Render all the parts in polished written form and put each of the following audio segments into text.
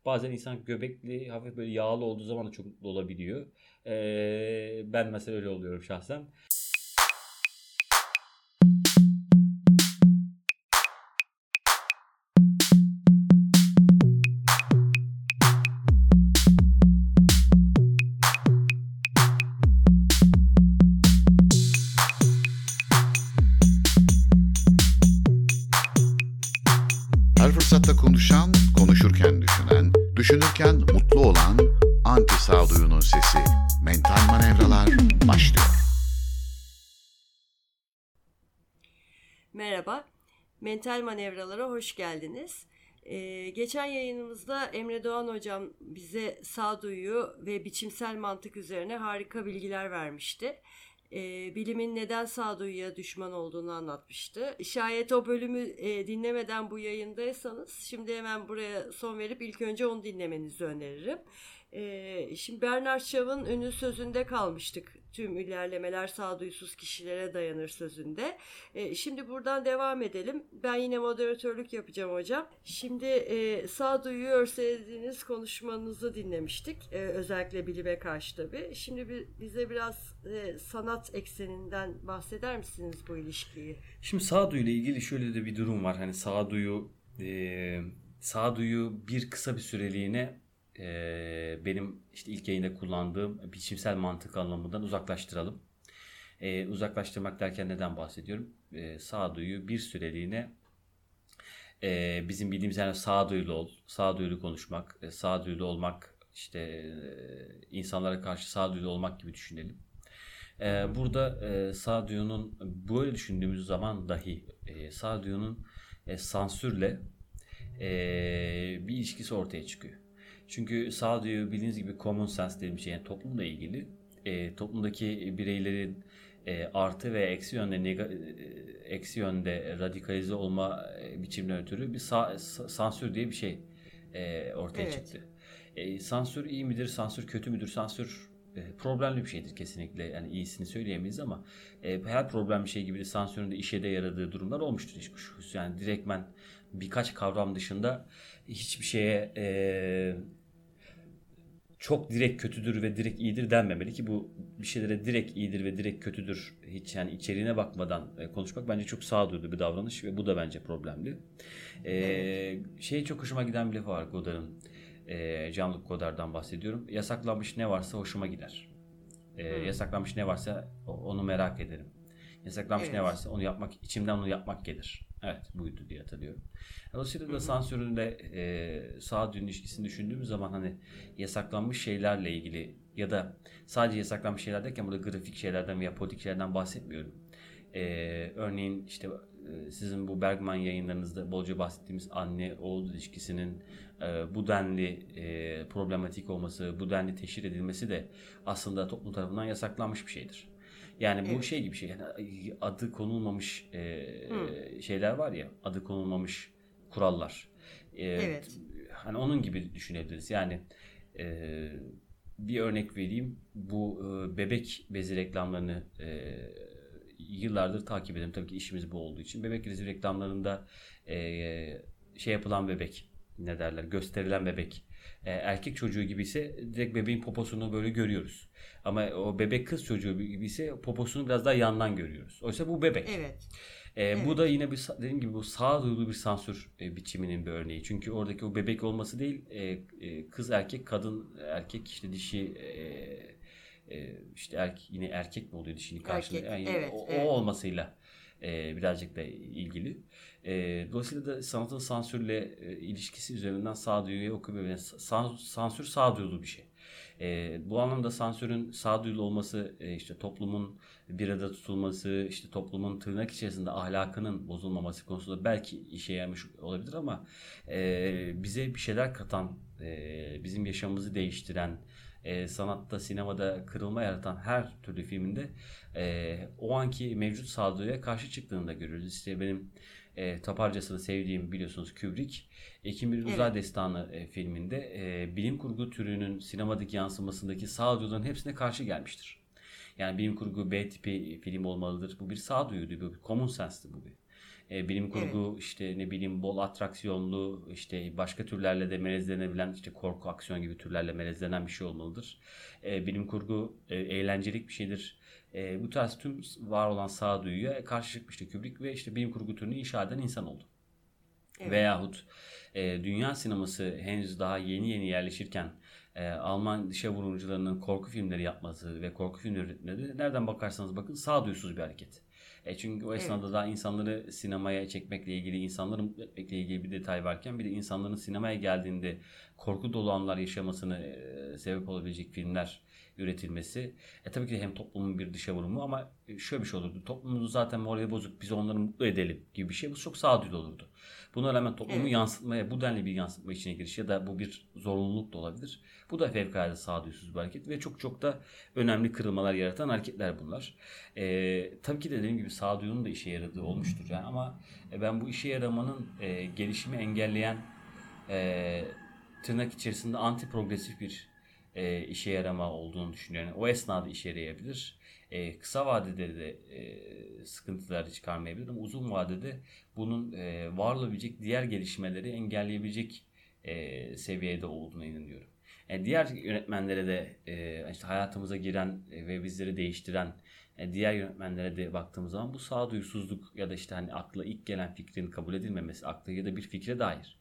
Bazen insan göbekli, hafif böyle yağlı olduğu zaman da çok mutlu olabiliyor. Ben mesela öyle oluyorum şahsen. Her fırsatta konuşan, konuşurken düşünen, düşünürken mutlu olan Anti Sağduyu'nun sesi. Mental Manevralar başlıyor. Merhaba, Mental Manevralara hoş geldiniz. Geçen yayınımızda Emre Doğan Hocam bize sağduyu ve biçimsel mantık üzerine harika bilgiler vermişti. Bilimin neden sağduyuya düşman olduğunu anlatmıştı. Şayet o bölümü dinlemeden bu yayındaysanız şimdi hemen buraya son verip ilk önce onu dinlemenizi öneririm. Şimdi Bernard Shaw'ın ünlü sözünde kalmıştık. Tüm ilerlemeler sağduyusuz kişilere dayanır sözünde. Şimdi buradan devam edelim. Ben yine moderatörlük yapacağım hocam. Şimdi sağduyuyu örselediğiniz konuşmanızı dinlemiştik. Özellikle bilime karşı tabii. Şimdi bize biraz sanat ekseninden bahseder misiniz bu ilişkiyi? Şimdi sağduyu ile ilgili şöyle de bir durum var. Hani sağduyu bir kısa bir süreliğine benim işte ilk yayında kullandığım biçimsel mantık anlamından uzaklaştıralım. Uzaklaştırmak derken neden bahsediyorum? Sağduyu bir süreliğine bizim bildiğimiz yani sağduyulu konuşmak, sağduyulu olmak, işte insanlara karşı sağduyulu olmak gibi düşünelim. Burada sağduyunun böyle düşündüğümüz zaman dahi sağduyunun sansürle bir ilişkisi ortaya çıkıyor. Çünkü sağduyu bildiğiniz gibi common sense dediğim şey yani toplumla ilgili. Toplumdaki bireylerin artı ve eksi yönde radikalize olma biçimine ötürü bir sansür diye bir şey ortaya çıktı. Sansür iyi midir? Sansür kötü müdür? Sansür problemli bir şeydir kesinlikle. Yani iyisini söyleyemeyiz ama her problem bir şey gibi de sansürün de işe de yaradığı durumlar olmuştur hiç kuşkusuz. Yani direktmen birkaç kavram dışında hiçbir şeye çok direkt kötüdür ve direkt iyidir denmemeli ki bu bir şeylere direkt iyidir ve direkt kötüdür hiç yani içeriğine bakmadan konuşmak bence çok sağduyulu bir davranış ve bu da bence problemli. Çok hoşuma giden bir lafı var Godard'ın. Jean-Luc Godard'dan bahsediyorum. Yasaklanmış ne varsa hoşuma gider. Yasaklanmış ne varsa onu merak ederim. Yasaklanmış ne varsa onu yapmak, içimden onu yapmak gelir. Evet buydu diye hatırlıyorum. Dolayısıyla da sansüründe sağduyu ilişkisini düşündüğümüz zaman hani yasaklanmış şeylerle ilgili ya da sadece yasaklanmış şeyler derken burada grafik şeylerden veya politik şeylerden bahsetmiyorum. Örneğin işte sizin bu Bergman yayınlarınızda bolca bahsettiğimiz anne-oğul ilişkisinin bu denli problematik olması, bu denli teşhir edilmesi de aslında toplum tarafından yasaklanmış bir şeydir. Yani bu şey gibi şey. Yani adı konulmamış şeyler var ya, adı konulmamış kurallar. Hani onun gibi düşünebiliriz. Yani bir örnek vereyim. Bu bebek bezi reklamlarını yıllardır takip ederim. Tabii ki işimiz bu olduğu için. Bebek bezi reklamlarında yapılan bebek, ne derler, gösterilen bebek erkek çocuğu gibi ise direkt bebeğin poposunu böyle görüyoruz. Ama o bebek kız çocuğu gibi ise poposunu biraz daha yandan görüyoruz. Oysa bu bebek. Bu da yine dediğim gibi bu sağduyulu bir sansür biçiminin bir örneği. Çünkü oradaki o bebek olması değil, kız erkek, kadın erkek, işte dişi işte yine erkek mi oluyor dişinin karşılığında? Yani o olmasıyla birazcık da ilgili. Dolayısıyla da sanatın sansürle ilişkisi üzerinden sağduyuyu okuyabiliriz. Sansür sağduyulu bir şey. Bu anlamda sansürün sağduyulu olması, işte toplumun bir arada tutulması, işte toplumun tırnak içerisinde ahlakının bozulmaması konusunda belki işe yaramış olabilir ama bize bir şeyler katan, bizim yaşamımızı değiştiren, sanatta, sinemada kırılma yaratan her türlü filminde o anki mevcut sağduyuya karşı çıktığını da görüyoruz. İşte benim taparcasını sevdiğim biliyorsunuz Kubrick. Ekim bir Uzay Destanı filminde bilim kurgu türünün sinemadaki yansımasındaki sağduyuların hepsine karşı gelmiştir. Yani bilim kurgu B tipi film olmalıdır. Bu bir sağduyuydu, bu bir common sense'ti bu bir. Bilim kurgu işte ne bileyim bol atraksiyonlu, işte başka türlerle de melezlenebilen, işte korku, aksiyon gibi türlerle melezlenen bir şey olmalıdır. Bilim kurgu eğlencelik bir şeydir. Bu tarz tüm var olan sağduyuya karşı çıkmıştı Kubrick ve işte bilim kurgu türünü inşa eden insan oldu. Evet. Veyahut dünya sineması henüz daha yeni yerleşirken Alman dışa vurumcularının korku filmleri yapması ve korku filmleri üretmeleri nereden bakarsanız bakın sağduyusuz bir hareket. Çünkü o esnada daha insanları sinemaya çekmekle ilgili, insanları mutlu etmekle ilgili bir detay varken bir de insanların sinemaya geldiğinde korku dolu anlar yaşamasını sebep olabilecek filmler üretilmesi. Tabii ki de hem toplumun bir dışa vurumu ama şöyle bir şey olurdu. Toplumumuz zaten morali bozuk, biz onları mutlu edelim gibi bir şey. Bu çok sağduyu olurdu. Buna rağmen toplumu yansıtmaya, bu denli bir yansıtma içine giriş ya da bu bir zorunluluk da olabilir. Bu da fevkalade sağduyusuz bir hareket ve çok da önemli kırılmalar yaratan hareketler bunlar. Tabii ki de dediğim gibi sağduyunun da işe yaradığı olmuştur. Yani ama ben bu işe yaramanın gelişimi engelleyen tırnak içerisinde anti progresif bir işe yarama olduğunu düşünüyorum. Yani o esnada işe yarayabilir. Kısa vadede de sıkıntılar çıkarmayabilir ama uzun vadede bunun var olabilecek diğer gelişmeleri engelleyebilecek seviyede olduğuna inanıyorum. Diğer yönetmenlere de işte hayatımıza giren ve bizleri değiştiren diğer yönetmenlere de baktığımız zaman bu sağduyusuzluk ya da işte hani akla ilk gelen fikrin kabul edilmemesi, akla ya da bir fikre dair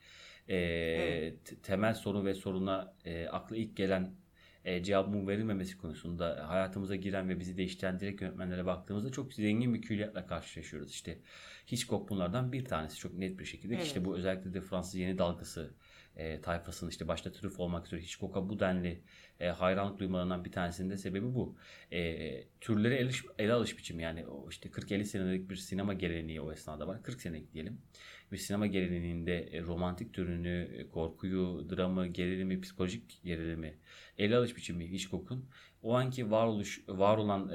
temel sorun ve soruna akla ilk gelen cevabın verilmemesi konusunda hayatımıza giren ve bizi değiştiren direkt yönetmenlere baktığımızda çok zengin bir külliyatla karşılaşıyoruz. İşte Hitchcock bunlardan bir tanesi çok net bir şekilde. Evet. İşte bu özellikle de Fransız yeni dalgası tayfasının işte başta Truffaut olmak üzere Hitchcock'a bu denli hayranlık duymalarından bir tanesinin de sebebi bu. Türlere ele alış biçimi, yani o işte 40-50 senelik bir sinema geleneği o esnada var. 40 senelik diyelim. Bir sinema geleneğinde romantik türünü, korkuyu, dramı, gerilimi, psikolojik gerilimi ele alış biçimi Hitchcock'un o anki var olan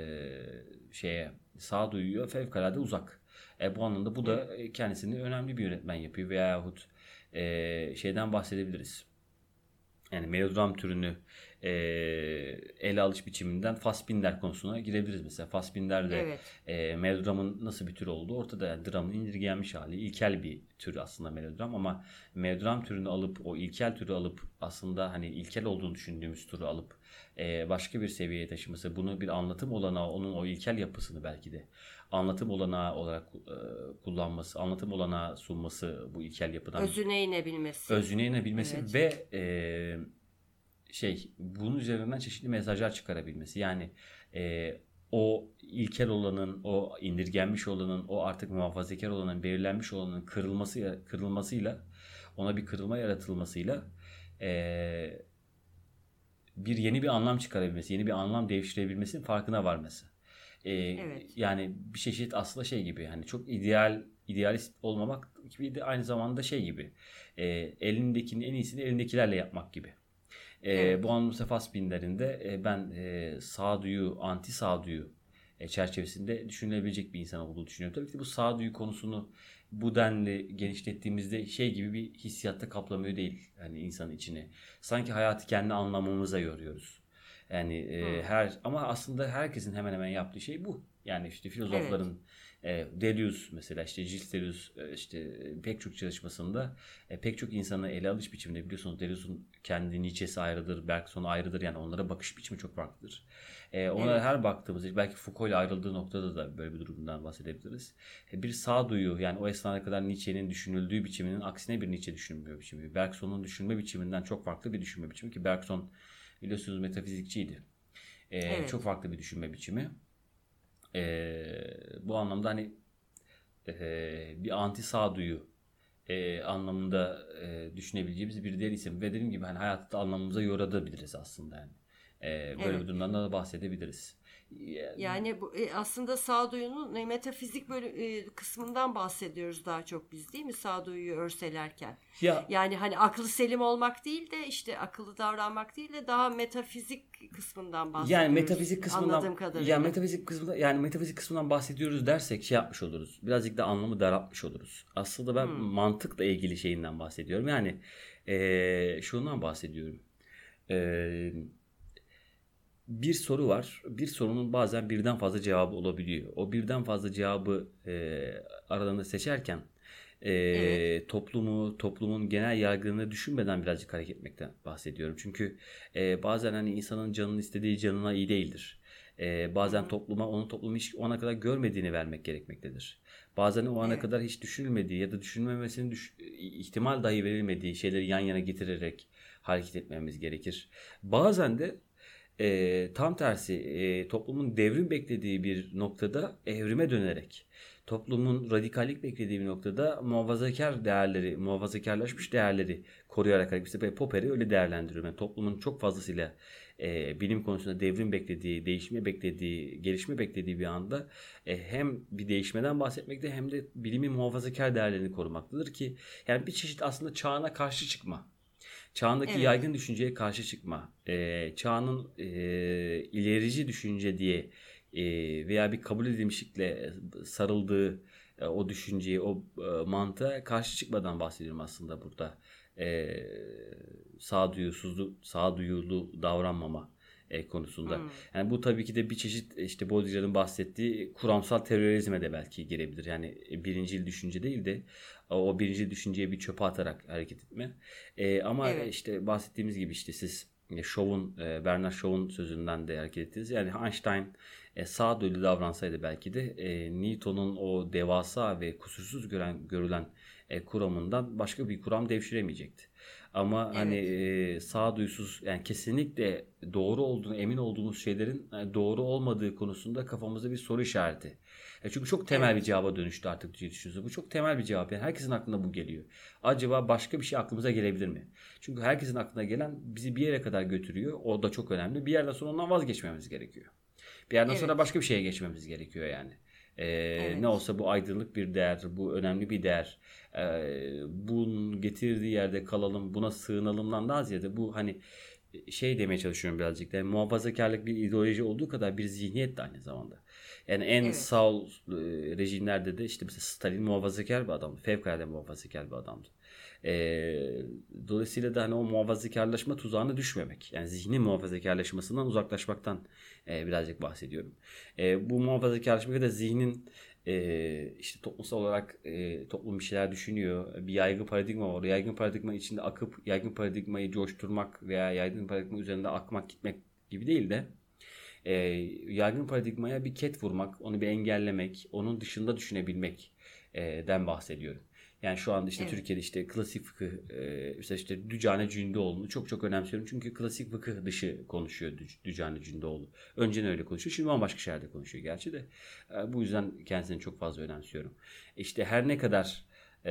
sağduyuya fevkalade uzak. Bu anlamda bu da kendisini önemli bir yönetmen yapıyor veyahut şeyden bahsedebiliriz. Yani melodram türünü ele alış biçiminden Fassbinder konusuna girebiliriz mesela. Fassbinder de melodramın nasıl bir tür olduğu ortada. Yani dramın indirgenmiş hali, ilkel bir tür aslında melodram ama melodram türünü alıp o ilkel türü alıp aslında hani ilkel olduğunu düşündüğümüz türü alıp başka bir seviyeye taşıması, bunu bir anlatım olanağı, onun o ilkel yapısını belki de anlatım olanağı olarak kullanması, anlatım olanağı sunması bu ilkel yapıdan. Özüne inebilmesi. Ve bunun üzerinden çeşitli mesajlar çıkarabilmesi. Yani o ilkel olanın, o indirgenmiş olanın, o artık muhafazakar olanın, belirlenmiş olanın kırılmasıyla, ona bir kırılma yaratılmasıyla yeni bir anlam çıkarabilmesi, yeni bir anlam devşirebilmesinin farkına varması. Yani bir çeşit aslında gibi, hani çok idealist olmamak gibi de aynı zamanda gibi, elindekinin en iyisini elindekilerle yapmak gibi. Bu anlamda Fassbinder'in de ben sağduyu, anti sağduyu çerçevesinde düşünülebilecek bir insan olduğunu düşünüyorum. Tabii ki bu sağduyu konusunu bu denli genişlettiğimizde gibi bir hissiyatta kaplamıyor değil yani insanın içine. Sanki hayatı kendi anlamımıza yoruyoruz. Yani ama aslında herkesin hemen hemen yaptığı şey bu. Yani işte filozofların Deleuze mesela, işte Gilles Deleuze işte pek çok çalışmasında pek çok insanı ele alış biçiminde, biliyorsunuz Deleuze'un kendi Nietzsche'si ayrıdır, Bergson ayrıdır, yani onlara bakış biçimi çok farklıdır. Onlara her baktığımızda belki Foucault ile ayrıldığı noktada da böyle bir durumdan bahsedebiliriz. Bir sağduyu, yani o esnaya kadar Nietzsche'nin düşünüldüğü biçiminin aksine bir Nietzsche düşünmüyor biçimi. Bergson'un düşünme biçiminden çok farklı bir düşünme biçimi ki Bergson biliyorsunuz metafizikçiydi. Çok farklı bir düşünme biçimi. Bu anlamda hani bir anti sağduyu anlamında düşünebileceğimiz bir diğer isim ve dediğim gibi hani hayatı da anlamımıza yoradabiliriz aslında yani. Böyle bir durumdan da bahsedebiliriz. Yani bu aslında sağduyunun metafizik kısmından bahsediyoruz daha çok biz, değil mi, sağduyuyu örselerken? Yani hani aklı selim olmak değil de işte akıllı davranmak değil de daha metafizik kısmından bahsediyoruz. Yani metafizik kısmından anladığım kadarıyla. Metafizik kısmından bahsediyoruz dersek yapmış oluruz. Birazcık da anlamı daraltmış oluruz. Aslında ben mantıkla ilgili şeyinden bahsediyorum. Yani şundan bahsediyorum. bir soru var. Bir sorunun bazen birden fazla cevabı olabiliyor. O birden fazla cevabı aralarında seçerken Evet. toplumun genel yargılarını düşünmeden birazcık hareket etmekten bahsediyorum. Çünkü bazen hani insanın canının istediği canına iyi değildir. Hı Bazen hı. toplumu hiç o ana kadar görmediğini vermek gerekmektedir. Bazen o ana Evet. kadar hiç düşünülmediği ya da düşünülmemesinin ihtimal dahi verilmediği şeyleri yan yana getirerek hareket etmemiz gerekir. Bazen de tam tersi toplumun devrim beklediği bir noktada evrime dönerek, toplumun radikallik beklediği bir noktada muhafazakar değerleri, muhafazakarlaşmış değerleri koruyarak hareket. İşte Popper'i öyle değerlendiriyorum. Yani toplumun çok fazlasıyla bilim konusunda devrim beklediği, değişme beklediği, gelişme beklediği bir anda hem bir değişmeden bahsetmekte hem de bilimin muhafazakar değerlerini korumaktadır ki yani bir çeşit aslında çağına karşı çıkma. Çağındaki Evet. yaygın düşünceye karşı çıkma, çağının ilerici düşünce diye veya bir kabul edilmişlikle sarıldığı o düşünceye, o mantığa karşı çıkmadan bahsediyorum aslında burada. E, sağduyulu davranmama konusunda. Hı. Yani bu tabii ki de bir çeşit işte Baudrillard'ın bahsettiği kuramsal terörizme de belki girebilir. Yani birincil düşünce değil de o birincil düşünceyi bir çöpe atarak hareket etme. Ama Evet. işte bahsettiğimiz gibi işte siz Bernard Shaw'un sözünden de hareket ettiniz. Yani Einstein sağduyulu davransaydı belki de Newton'un o devasa ve kusursuz görülen kuramından başka bir kuram devşiremeyecekti. Ama hani Evet. sağduyusuz yani kesinlikle doğru olduğunu emin olduğumuz şeylerin doğru olmadığı konusunda kafamızda bir soru işareti. Çünkü çok temel bir Evet. cevaba dönüştü artık diye düşünüyoruz. Bu çok temel bir cevap. Yani herkesin aklına bu geliyor. Acaba başka bir şey aklımıza gelebilir mi? Çünkü herkesin aklına gelen bizi bir yere kadar götürüyor. O da çok önemli. Bir yerden sonra ondan vazgeçmemiz gerekiyor. Bir yerden sonra Evet. başka bir şeye geçmemiz gerekiyor yani. Ne Evet. olsa bu aydınlık bir değer, bu önemli bir değer. Bunun getirdiği yerde kalalım, buna sığınalımdan daha ziyade bu hani şey demeye çalışıyorum birazcık da. Yani muhafazakarlık bir ideoloji olduğu kadar bir zihniyet de aynı zamanda. Yani en Evet. sağ rejimlerde de işte mesela Stalin muhafazakar bir adamdı. Fevkalade muhafazakar bir adamdı. Dolayısıyla da hani o muhafazakarlaşma tuzağına düşmemek. Yani zihni muhafazakarlaşmasından uzaklaşmaktan birazcık bahsediyorum. Bu muhafazakarlaşma da zihnin işte toplumsal olarak toplum bir şeyler düşünüyor. Bir yaygın paradigma var. Yaygın paradigma içinde akıp yaygın paradigmayı coşturmak veya yaygın paradigma üzerinde akmak gitmek gibi değil de e, yaygın paradigmaya bir ket vurmak, onu bir engellemek, onun dışında düşünebilmek den bahsediyorum. Yani şu anda işte Evet. Türkiye'de işte klasik fıkıh, mesela işte Dücane Cündoğlu'nu çok çok önemsiyorum. Çünkü klasik fıkıh dışı konuşuyor Dücane Cündoğlu. Önceden öyle konuşuyor. Şimdi bambaşka şeylerde konuşuyor gerçi de. Bu yüzden kendisini çok fazla önemsiyorum. İşte her ne kadar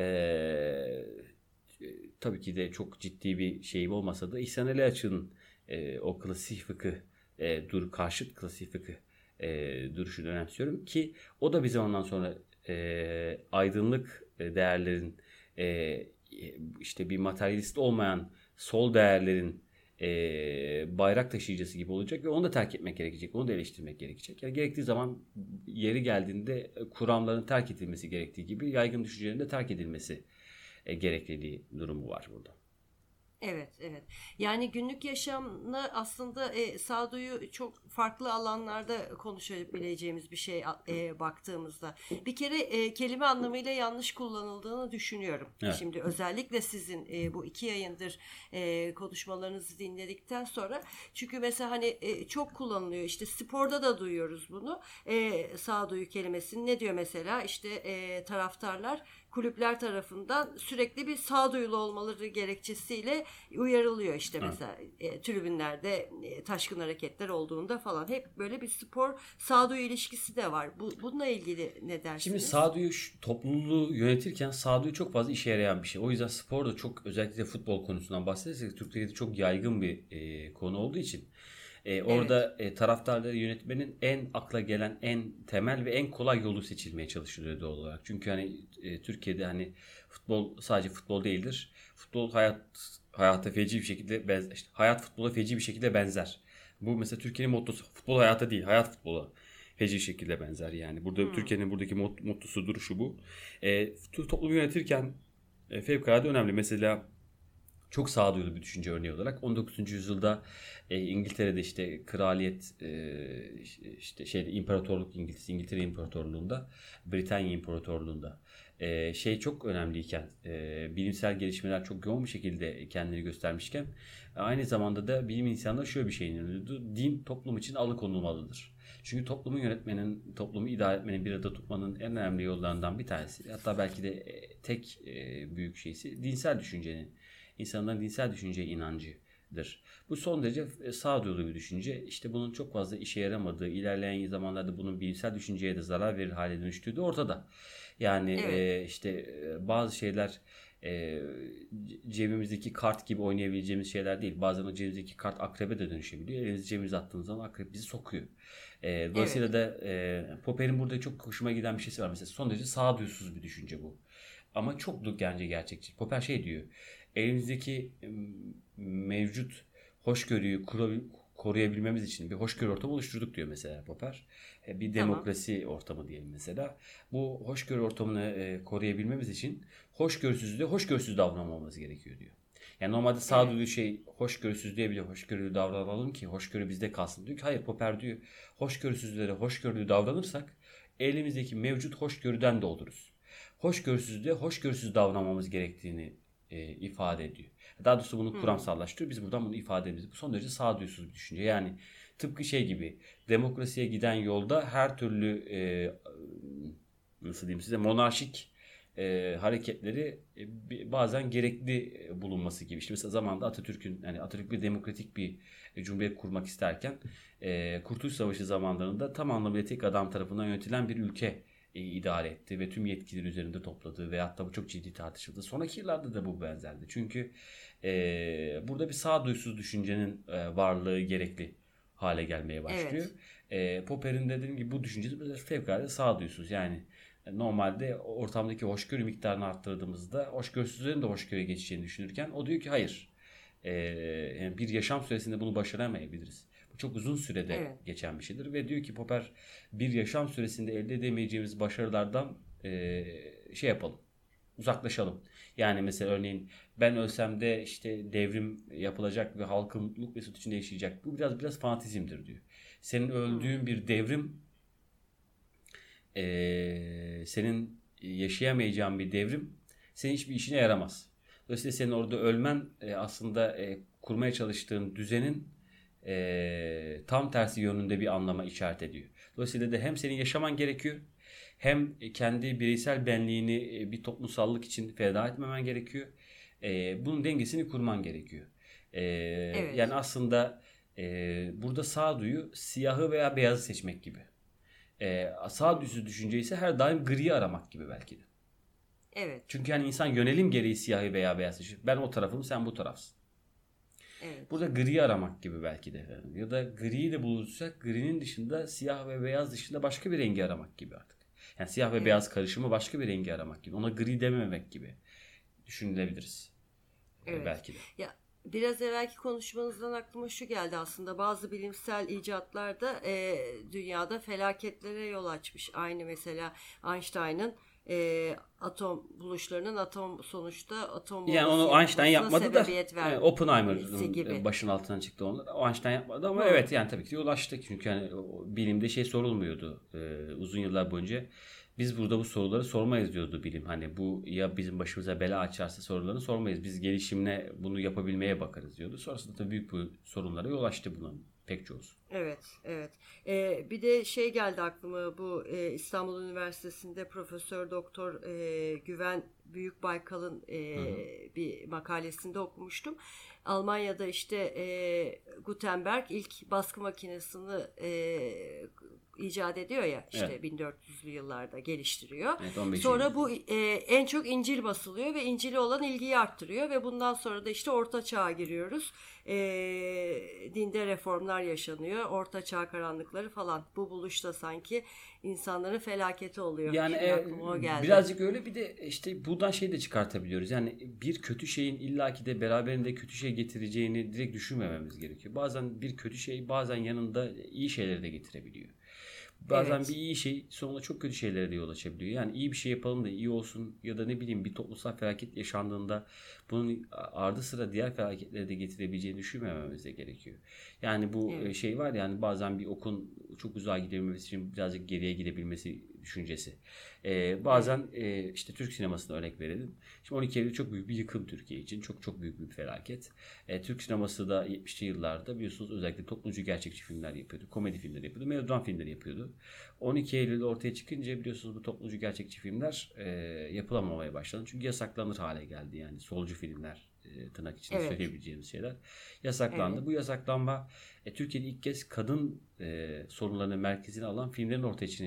tabii ki de çok ciddi bir şeyim olmasa da İhsan Ali Açık'ın o klasik fıkıh karşıt klasik fıkıh duruşunu önemsiyorum ki o da bize ondan sonra aydınlık değerlerin işte bir materyalist olmayan sol değerlerin bayrak taşıyıcısı gibi olacak ve onu da terk etmek gerekecek. Onu da eleştirmek gerekecek. Yani gerektiği zaman yeri geldiğinde kuramların terk edilmesi gerektiği gibi yaygın düşüncelerin de terk edilmesi gerekliliği durumu var burada. Evet, evet. Yani günlük yaşamda aslında sağduyu çok farklı alanlarda konuşabileceğimiz bir şey baktığımızda. Bir kere kelime anlamıyla yanlış kullanıldığını düşünüyorum. Evet. Şimdi özellikle sizin bu 2 yayındır konuşmalarınızı dinledikten sonra. Çünkü mesela hani çok kullanılıyor. İşte sporda da duyuyoruz bunu. Sağduyu kelimesini ne diyor mesela? İşte taraftarlar kulüpler tarafından sürekli bir sağduyulu olmaları gerekçesiyle uyarılıyor işte Evet. mesela tribünlerde taşkın hareketler olduğunda falan hep böyle bir spor sağduyu ilişkisi de var. Bununla ilgili ne Şimdi dersiniz? sağduyu topluluğu yönetirken sağduyu çok fazla işe yarayan bir şey. O yüzden spor da çok özellikle futbol konusundan bahsedersek Türkiye'de çok yaygın bir konu olduğu için Evet. orada taraftarları yönetmenin en akla gelen en temel ve en kolay yolu seçilmeye çalışılıyor doğal olarak. Çünkü hani Türkiye'de hani futbol sadece futbol değildir. Futbol hayata feci bir şekilde işte hayat futbola feci bir şekilde benzer. Bu mesela Türkiye'nin mottosu futbol hayata değil, hayat futbola feci şekilde benzer yani. Burada Hmm. Türkiye'nin buradaki mottosu duruşu bu. Toplumu yönetirken fevkalade önemli. Mesela çok sağduyulu bir düşünce örneği olarak 19. yüzyılda İngiltere'de işte kraliyet imparatorluk İngiltere İmparatorluğu'nda, Britanya İmparatorluğu'nda çok önemliyken, bilimsel gelişmeler çok yoğun bir şekilde kendini göstermişken aynı zamanda da bilim insanları şöyle bir şey inanıyordu: din toplum için alıkonulmalıdır. Çünkü toplumu yönetmenin, toplumu idare etmenin, bir arada tutmanın en önemli yollarından bir tanesi, hatta belki de tek büyük şeysi dinsel düşüncenin, insanların dinsel düşünceye inancıdır. Bu son derece sağduyulu bir düşünce. İşte bunun çok fazla işe yaramadığı, ilerleyen zamanlarda bunun bilimsel düşünceye de zarar verir hale dönüştüğü de ortada. Yani Evet. bazı şeyler cebimizdeki kart gibi oynayabileceğimiz şeyler değil. Bazen o cebimizdeki kart akrebe de dönüşebiliyor. Elinizi cebimize attığınız zaman akrep bizi sokuyor. Dolayısıyla Evet. da Popper'in burada çok hoşuma giden bir şeysi var. Mesela son derece sağduyusuz bir düşünce bu. Ama çok bence gerçekçi. Popper şey diyor: elimizdeki mevcut hoşgörüyü koruyabilmemiz için bir hoşgörü ortamı oluşturduk diyor mesela Popper. Bir Tamam. demokrasi ortamı diyelim mesela. Bu hoşgörü ortamını koruyabilmemiz için hoşgörüsüz davranmamamız gerekiyor diyor. Yani normalde Evet. sağduyu hoşgörüsüzlüğe bile hoşgörülü davranalım ki hoşgörü bizde kalsın diyor ki hayır, Popper diyor hoşgörüsüzlere hoşgörülü davranırsak elimizdeki mevcut hoşgörüden de oluruz. Hoşgörüsüzlüğe hoşgörüsüz davranmamız gerektiğini ifade ediyor. Daha doğrusu bunu Hmm. kuramsallaştırıyor. Biz buradan bunu ifade ediyoruz. Bu son derece sağduyusuz bir düşünce. Yani tıpkı şey gibi, demokrasiye giden yolda her türlü nasıl diyeyim size, monarşik hareketleri bazen gerekli bulunması gibi. İşte mesela zamanında Atatürk'ün, yani Atatürk bir demokratik bir cumhuriyet kurmak isterken Kurtuluş Savaşı zamanlarında tam anlamıyla tek adam tarafından yönetilen bir ülke idare etti ve tüm yetkileri üzerinde topladı ve hatta bu çok ciddi tartışıldı. Sonraki yıllarda da bu benzerdi. Çünkü burada bir sağduysuz düşüncenin varlığı gerekli hale gelmeye başlıyor. Evet. Popper'in dediğim gibi bu düşüncesi biraz fevkalade sağduysuz. Yani normalde ortamdaki hoşgörü miktarını arttırdığımızda hoşgörüsüzlerin de hoşgörüye geçeceğini düşünürken o diyor ki hayır. Yani bir yaşam süresinde bunu başaramayabiliriz. Bu çok uzun sürede Evet. geçen bir şeydir ve diyor ki Popper, bir yaşam süresinde elde edemeyeceğimiz başarılardan yapalım. Uzaklaşalım. Yani mesela örneğin ben ölsem de işte devrim yapılacak ve halkın mutluluk ve süt içinde yaşayacak. Bu biraz fanatizmdir diyor. Senin Hmm. öldüğün bir devrim, senin yaşayamayacağın bir devrim senin hiçbir işine yaramaz. Dolayısıyla senin orada ölmen aslında kurmaya çalıştığın düzenin tam tersi yönünde bir anlama işaret ediyor. Dolayısıyla da hem senin yaşaman gerekiyor, hem kendi bireysel benliğini bir toplumsallık için feda etmemen gerekiyor. Bunun dengesini kurman gerekiyor. E, Yani Evet. aslında burada sağduyu siyahı veya beyazı seçmek gibi. Sağdüzü düşünce ise her daim griyi aramak gibi belki de. Evet. Çünkü yani insan yönelim gereği siyahı veya beyaz seçiyor. Ben o tarafım, sen bu tarafsın. Evet. Burada griyi aramak gibi belki de. Ya da griyi de bulursak grinin dışında siyah ve beyaz dışında başka bir rengi aramak gibi artık. Yani siyah ve beyaz Evet. karışımı başka bir rengi aramak gibi. Ona gri dememek gibi düşünülebiliriz. Evet. Belki de. Ya biraz evvelki konuşmanızdan aklıma şu geldi aslında. Bazı bilimsel icatlar da dünyada felaketlere yol açmış. Aynı mesela Einstein'ın atom buluşlarının sonuçta atom Yani bombası onu Einstein yapılmasına yapmadı da sebebiyet vermesi Oppenheimer'ın gibi. başının altından çıktı onlar. O Einstein yapmadı ama Hmm. evet, yani tabii ki de ulaştık. Çünkü yani bilimde sorulmuyordu uzun yıllar boyunca. Biz burada bu soruları sormayız diyordu bilim. Hani bu ya bizim başımıza bela açarsa sorularını sormayız. Biz gelişimine bunu yapabilmeye bakarız diyordu. Sonrasında da büyük bu sorunlara yol açtı bunun pek çoğusu. Evet, evet. Bir de şey geldi aklıma, bu İstanbul Üniversitesi'nde Profesör Doktor Güven Büyükbaykal'ın Hı hı. bir makalesinde okumuştum. Almanya'da işte Gutenberg ilk baskı makinesini icat ediyor ya, işte Evet. 1400'lü yıllarda geliştiriyor. Evet, 15. Sonra bu yüzyılda. en çok İncil basılıyor ve İncil'e olan ilgiyi arttırıyor ve bundan sonra da işte Orta Çağ'a giriyoruz. Dinde reformlar yaşanıyor. Orta Çağ karanlıkları falan. Bu buluşta sanki insanların felaketi oluyor. Yani Şimdi aklıma o geldi. birazcık öyle, bir de işte buradan de çıkartabiliyoruz. Yani bir kötü şeyin illaki de beraberinde kötü şey getireceğini direkt düşünmememiz gerekiyor. Bazen bir kötü şey bazen yanında iyi şeyleri de getirebiliyor. Bazen bir iyi şey sonra çok kötü şeylere de yol açabiliyor. Yani iyi bir şey yapalım da iyi olsun ya da ne bileyim bir toplumsal felaket yaşandığında bunun ardı sıra diğer felaketleri de getirebileceğini düşünmememiz de gerekiyor. Yani bu şey var yani bazen bir okun çok uzağa gidebilmesi için birazcık geriye gidebilmesi düşüncesi. Bazen işte Türk sinemasına örnek verelim. Şimdi 12 Eylül çok büyük bir yıkım Türkiye için. Çok çok büyük bir felaket. Türk sineması da 70'li yıllarda biliyorsunuz özellikle toplumcu gerçekçi filmler yapıyordu. Komedi filmleri yapıyordu. Melodram filmleri yapıyordu. 12 Eylül ortaya çıkınca biliyorsunuz bu toplumcu gerçekçi filmler yapılamamaya başladı. Çünkü yasaklanır hale geldi yani solcu filmler tırnak içinde söyleyebileceğimiz şeyler yasaklandı. Bu yasaklanma Türkiye'de ilk kez kadın sorunlarını merkezine alan filmlerin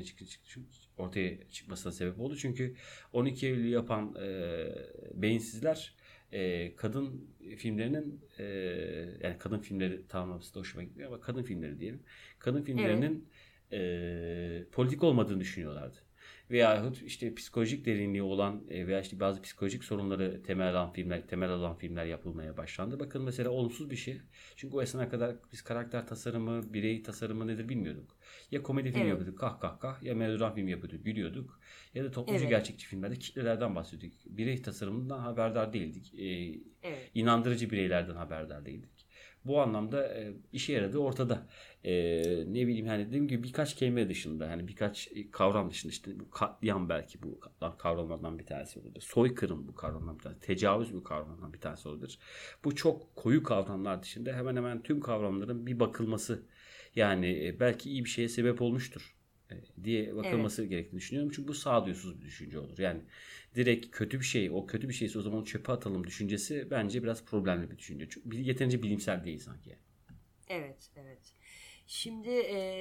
ortaya çıkmasına sebep oldu. Çünkü 12 Eylül'ü yapan beyinsizler kadın filmlerinin yani kadın filmleri tamamlaması da hoşuma gitmiyor ama kadın filmleri diyelim. Kadın filmlerinin politik olmadığını düşünüyorlardı. Veyahut işte psikolojik derinliği olan veya işte bazı psikolojik sorunları temel alan filmler yapılmaya başlandı. Bakın mesela olumsuz bir şey. Çünkü o esnaya kadar biz karakter tasarımı, birey tasarımı nedir bilmiyorduk. Ya komedi film yapıyorduk, kah kah kah, ya melodram film yapıyorduk, gülüyorduk. Ya da toplumcu gerçekçi filmlerde kitlelerden bahsediyorduk. Birey tasarımından haberdar değildik. İnandırıcı bireylerden haberdar değildik. Bu anlamda işe yaradığı ortada. Ne bileyim hani dediğim gibi birkaç kelime dışında hani birkaç kavram dışında işte bu katliam belki bu kavramlardan bir tanesi olabilir. Soykırım bu kavramlardan bir tanesi. Tecavüz bu kavramlardan bir tanesi olabilir. Bu çok koyu kavramlar dışında hemen hemen tüm kavramların bir bakılması yani belki iyi bir şeye sebep olmuştur diye bakılması gerektiğini düşünüyorum. Çünkü bu sağduyusuz bir düşünce olur. Yani direkt kötü bir şey, o kötü bir şeyse o zaman çöpe atalım düşüncesi bence biraz problemli bir düşünce. Çünkü yeterince bilimsel değil sanki. Evet. Şimdi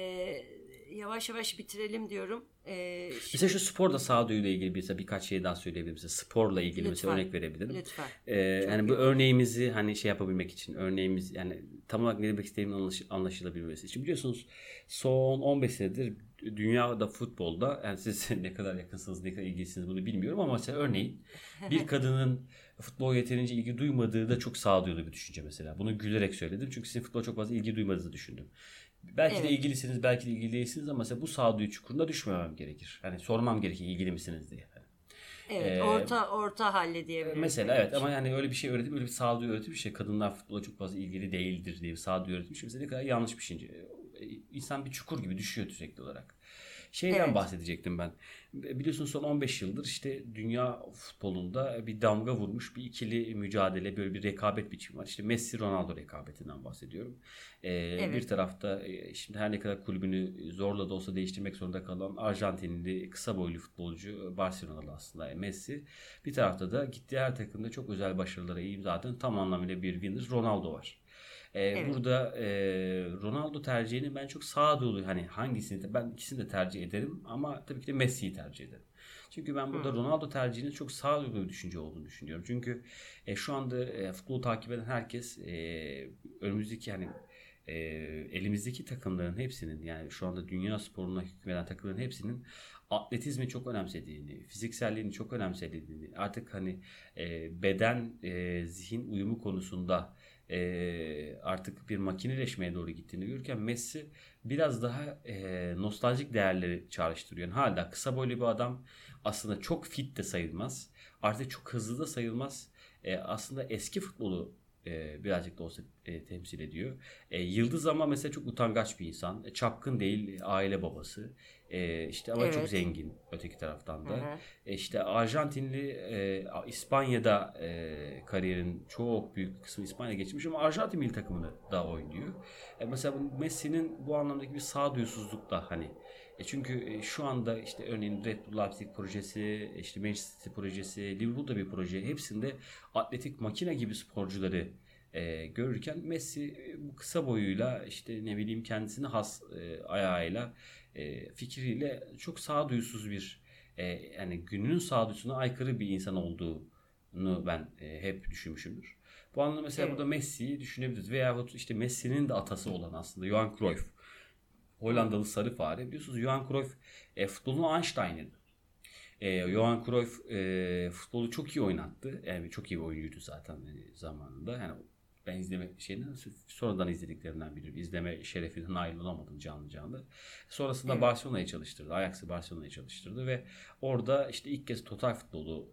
yavaş yavaş bitirelim diyorum. Mesela şu sporda sağduyuyla ilgili birkaç şey daha söyleyebilirim. Mesela sporla ilgili mesela örnek verebilirim. Lütfen. Yani bu örneğimizi hani şey yapabilmek için örneğimiz yani tam olarak ne demek istediğimin anlaşılabilmesi için biliyorsunuz son 15 senedir dünyada futbolda yani siz ne kadar yakınsınız ne kadar ilgilisiniz bunu bilmiyorum ama mesela örneğin bir kadının futbol yeterince ilgi duymadığı da çok sağduyulu bir düşünce mesela. Bunu gülerek söyledim çünkü sizin futbola çok fazla ilgi duymadığınızı düşündüm. Belki de ilgilisiniz, belki de ilgili değilsiniz ama mesela bu sağduyu çukuruna düşmemem gerekir. Hani sormam gerekir ilgili misiniz diye. Evet, orta halle diyebiliriz. Mesela evet ama yani öyle bir şey öğretip öyle bir sağduyu öğretip işte kadınlar futbola çok fazla ilgili değildir diye bir sağduyu öğretmiş. Mesela ne kadar yanlış bir şey. İnsan bir çukur gibi düşüyor sürekli olarak. Şeyden bahsedecektim ben. Biliyorsunuz son 15 yıldır işte dünya futbolunda bir damga vurmuş bir ikili mücadele, böyle bir rekabet biçimi var. İşte Messi-Ronaldo rekabetinden bahsediyorum. Bir tarafta şimdi her ne kadar kulübünü zorla da olsa değiştirmek zorunda kalan Arjantinli kısa boylu futbolcu Barcelona'lı aslında Messi. Bir tarafta da gittiği her takımda çok özel başarılara imza atan tam anlamıyla bir winner Ronaldo var. Burada Ronaldo tercihini ben çok sağduyulu hani hangisini ben ikisini de tercih ederim ama tabii ki de Messi'yi tercih ederim. Çünkü ben burada Ronaldo tercihinin çok sağduyulu bir düşünce olduğunu düşünüyorum. Çünkü şu anda futbolu takip eden herkes önümüzdeki yani elimizdeki takımların hepsinin yani şu anda dünya sporuna hükmeden takımların hepsinin atletizmi çok önemsediğini, fizikselliğini çok önemsediğini, artık hani beden zihin uyumu konusunda artık bir makineleşmeye doğru gittiğini görürken Messi biraz daha nostaljik değerleri çağrıştırıyor. Yani hala kısa boylu bir adam aslında çok fit de sayılmaz. Artık çok hızlı da sayılmaz. Aslında eski futbolu birazcık da olsa temsil ediyor. Yıldız ama mesela çok utangaç bir insan. Çapkın değil, aile babası. İşte ama çok zengin öteki taraftan da. İşte Arjantinli İspanya'da kariyerin çok büyük kısmı İspanya geçmiş ama Arjantin milli takımını da oynuyor. Mesela Messi'nin bu anlamdaki bir sağduyusuzluk da hani çünkü şu anda işte örneğin Red Bull Leipzig projesi, işte Manchester City projesi, Liverpool'da bir proje hepsinde atletik makine gibi sporcuları görürken Messi bu kısa boyuyla işte ne bileyim kendisine has ayağıyla fikriyle çok sağduyusuz bir yani gününün sağduyusuna aykırı bir insan olduğunu ben hep düşünmüşümdür. Bu anlamda mesela burada Messi'yi düşünebiliriz. Veyahut işte Messi'nin de atası olan aslında Johan Cruyff. Hollandalı sarı fare. Biliyorsunuz Johan Cruyff futbolun Einstein'ıydı. Johan Cruyff futbolu çok iyi oynattı. Yani çok iyi bir oyuncuydu zaten zamanında. Yani Ben izleme şeyinden sonradan izlediklerimden biliyorum. İzleme şerefine nail olamadım canlı. Sonrasında Evet. Barcelona'yı çalıştırdı. Ajax'ı Barcelona'yı çalıştırdı ve orada işte ilk kez total futbolu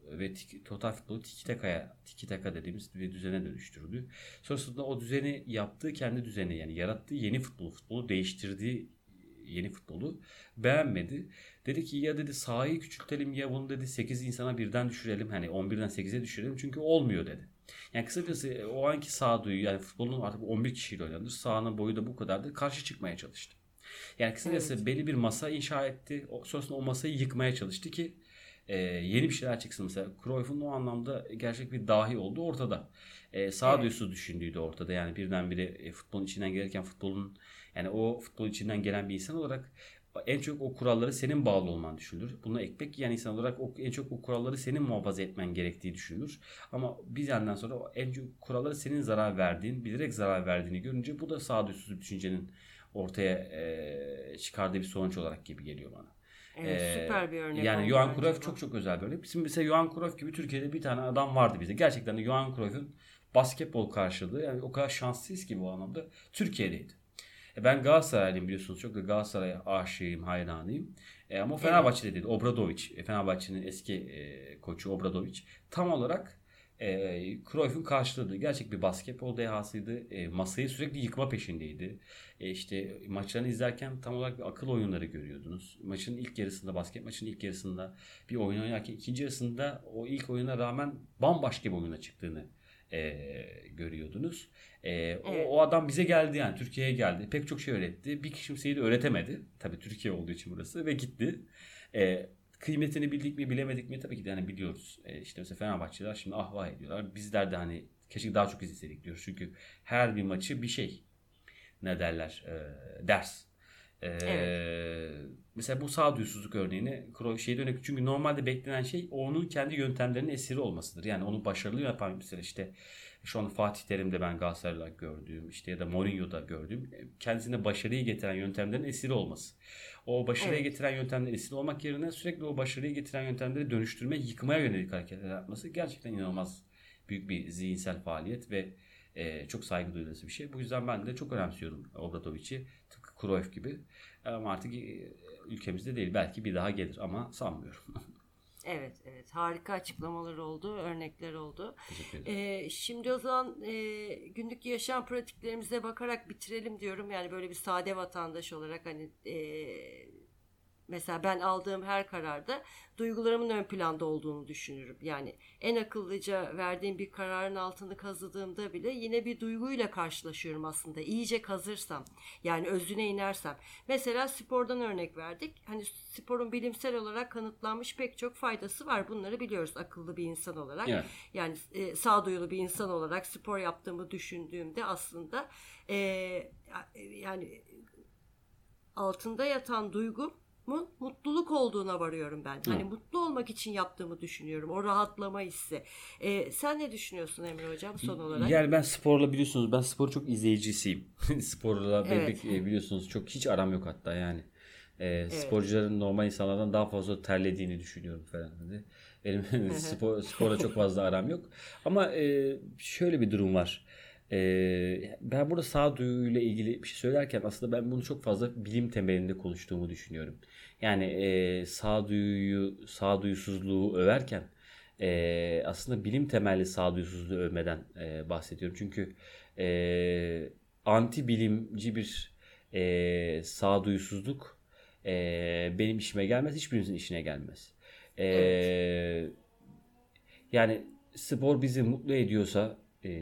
tiki taka dediğimiz bir düzene dönüştürdü. Sonrasında o düzeni yaptığı kendi düzeni, yani yarattığı yeni futbolu değiştirdiği yeni futbolu beğenmedi. Dedi ki ya dedi sahayı küçültelim, ya bunu dedi 8 insana birden düşürelim. Hani 11'den 8'e düşürelim, çünkü olmuyor dedi. Yani kısacası o anki sağduyu, yani futbolun artık 11 kişiyle oynanır. Sahanın boyu da bu kadardı. Karşı çıkmaya çalıştı. Yani kısacası Evet. belli bir masa inşa etti. Sonrasında o masayı yıkmaya çalıştı ki yeni bir şeyler çıksın. Mesela Cruyff'un o anlamda gerçek bir dahi olduğu ortada. Sağduyusu düşündüğü de ortada. Yani birdenbire futbolun içinden gelirken yani o futbolun içinden gelen bir insan olarak en çok o kuralları senin bağlı olman düşünülür. Buna ekmek yiyen insan olarak en çok o kuralları senin muhafaza etmen gerektiği düşünülür. Ama bir yandan sonra en çok kuralları senin bilerek zarar verdiğini görünce, bu da sağduyusuz bir düşüncenin ortaya çıkardığı bir sonuç olarak gibi geliyor bana. Evet, süper bir örnek Yani oldu Johan bence Cruyff bu. çok çok özel bir örnek. Bizim mesela Johan Cruyff gibi Türkiye'de bir tane adam vardı bizde. Gerçekten de Johan Cruyff'un basketbol karşılığı, yani o kadar şanslıyız ki bu anlamda, Türkiye'deydi. Ben Galatasaraylıyım biliyorsunuz. Çok da Galatasaray'a aşığıyım, hayranıyım. Ama o Fenerbahçe'de değil. Obradović. Fenerbahçe'nin eski koçu Obradović. Tam olarak Cruyff'un karşıladığı gerçek bir basketbol dehasıydı. Masayı sürekli yıkma peşindeydi. İşte maçlarını izlerken tam olarak bir akıl oyunları görüyordunuz. Basket maçının ilk yarısında bir oyun oynarken ikinci yarısında o ilk oyuna rağmen bambaşka bir oyuna çıktığını görüyordunuz. Evet. O adam bize geldi, yani Türkiye'ye geldi. Pek çok şey öğretti. Bir kimseyi de öğretemedi. Tabii Türkiye olduğu için burası, ve gitti. Kıymetini bildik mi bilemedik mi, tabii ki de yani biliyoruz. İşte mesela Fenerbahçeliler şimdi ahvah ediyorlar. Bizler de hani keşke daha çok izleseydik diyoruz. Çünkü her bir maçı bir şey, ne derler, ders. Mesela bu sağduyusuzluk örneğini örnek, çünkü normalde beklenen şey onun kendi yöntemlerinin esiri olmasıdır. Yani onu başarılı yapan, mesela işte şu an Fatih Terim'de ben Galatasaray'la gördüğüm, işte ya da Mourinho'da gördüğüm, kendisine başarıyı getiren yöntemlerin esiri olması. O başarıya Evet. getiren yöntemlerin esiri olmak yerine sürekli o başarıyı getiren yöntemleri dönüştürmeye, yıkmaya yönelik hareketler yapması gerçekten inanılmaz büyük bir zihinsel faaliyet ve çok saygı duyulası bir şey. Bu yüzden ben de çok önemsiyorum Obradović'i. Tıpkı Cruyff gibi. Ama artık ülkemizde değil. Belki bir daha gelir ama sanmıyorum. Evet, evet. Harika açıklamalar oldu, örnekler oldu. Teşekkür ederim. Şimdi o zaman günlük yaşam pratiklerimize bakarak bitirelim diyorum. Yani böyle bir sade vatandaş olarak hani mesela ben aldığım her kararda duygularımın ön planda olduğunu düşünürüm. Yani en akıllıca verdiğim bir kararın altını kazıdığımda bile yine bir duyguyla karşılaşıyorum aslında. İyice kazırsam, yani özüne inersem. Mesela spordan örnek verdik. Hani sporun bilimsel olarak kanıtlanmış pek çok faydası var. Bunları biliyoruz akıllı bir insan olarak. Evet. Yani sağduyulu bir insan olarak spor yaptığımı düşündüğümde aslında yani altında yatan duygumun mutluluk olduğuna varıyorum ben. Hani mutlu olmak için yaptığımı düşünüyorum. O rahatlama hissi. Sen ne düşünüyorsun Emre Hocam son olarak? Yani ben sporla, biliyorsunuz ben sporu çok izleyicisiyim. Sporla Evet. biliyorsunuz çok hiç aram yok hatta yani. Evet. Sporcuların normal insanlardan daha fazla terlediğini düşünüyorum falan. Benim sporla çok fazla aram yok. Ama şöyle bir durum var. Ben burada sağduyuyla ilgili bir şey söylerken aslında ben bunu çok fazla bilim temelinde konuştuğumu düşünüyorum. Yani sağduyusuzluğu överken aslında bilim temelli sağduyusuzluğu övmeden bahsediyorum. Çünkü anti bilimci bir sağduyusuzluk benim işime gelmez, hiçbirinizin işine gelmez. Evet. Yani spor bizi mutlu ediyorsa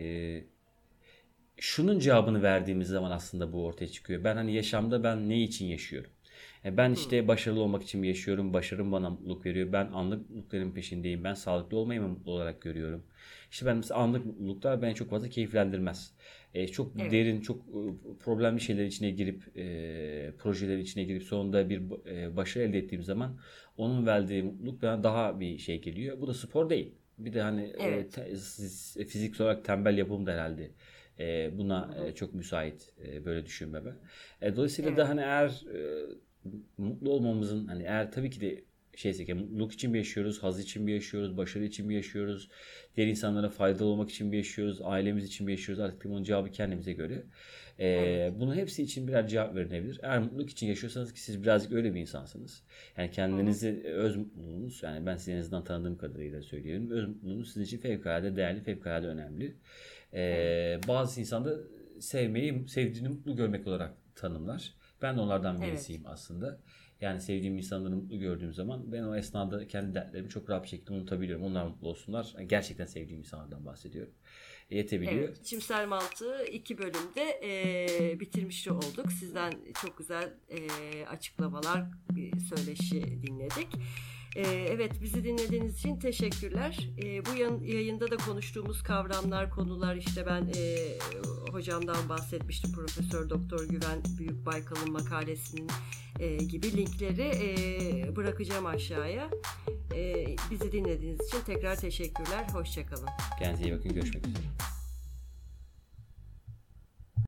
şunun cevabını verdiğimiz zaman aslında bu ortaya çıkıyor. Ben hani yaşamda ben ne için yaşıyorum? Ben işte başarılı olmak için mi yaşıyorum? Başarım bana mutluluk veriyor. Ben anlık mutlulukların peşindeyim. Ben sağlıklı olmayı mı mutlu olarak görüyorum? İşte ben mesela anlık mutluluklar beni çok fazla keyiflendirmez. Çok Evet. derin, çok problemli şeyler içine girip, projelerin içine girip sonunda bir başarı elde ettiğim zaman onun verdiği mutluluk bana daha bir şey geliyor. Bu da spor değil. Bir de hani Evet. fiziksel olarak tembel yapım da herhalde buna çok müsait böyle düşünmeme. Dolayısıyla da Evet. hani eğer mutlu olmamızın, hani eğer tabii ki de şeysek, yani mutluluk için mi yaşıyoruz, haz için mi yaşıyoruz, başarı için mi yaşıyoruz, diğer insanlara faydalı olmak için mi yaşıyoruz, ailemiz için mi yaşıyoruz, artık bunun cevabı kendimize göre. Bunun hepsi için birer cevap verilebilir. Eğer mutluluk için yaşıyorsanız ki siz birazcık öyle bir insansınız. Yani kendinizi, öz mutluluğunuz, yani ben sizin en azından tanıdığım kadarıyla söylüyorum. Öz mutluluğunuz sizin için fevkalade değerli, fevkalade önemli. Bazı insan da sevdiğini mutlu görmek olarak tanımlar. Ben de onlardan birisiyim aslında. Yani sevdiğim insanları mutlu gördüğüm zaman ben o esnada kendi dertlerimi çok rahat bir şekilde unutabiliyorum. Onlar mutlu olsunlar. Yani gerçekten sevdiğim insanlardan bahsediyorum. Yetebiliyor. Evet, biçimsel mantığı 2 bölümde bitirmiş olduk. Sizden çok güzel açıklamalar, söyleşi dinledik. Evet, bizi dinlediğiniz için teşekkürler. Bu yayında da konuştuğumuz kavramlar, konular, işte ben hocamdan bahsetmiştim, Profesör Doktor Güven Büyükbaykal'ın makalesinin gibi linkleri bırakacağım aşağıya. Bizi dinlediğiniz için tekrar teşekkürler. Hoşça kalın. Kendinize iyi bakın. Görüşmek üzere.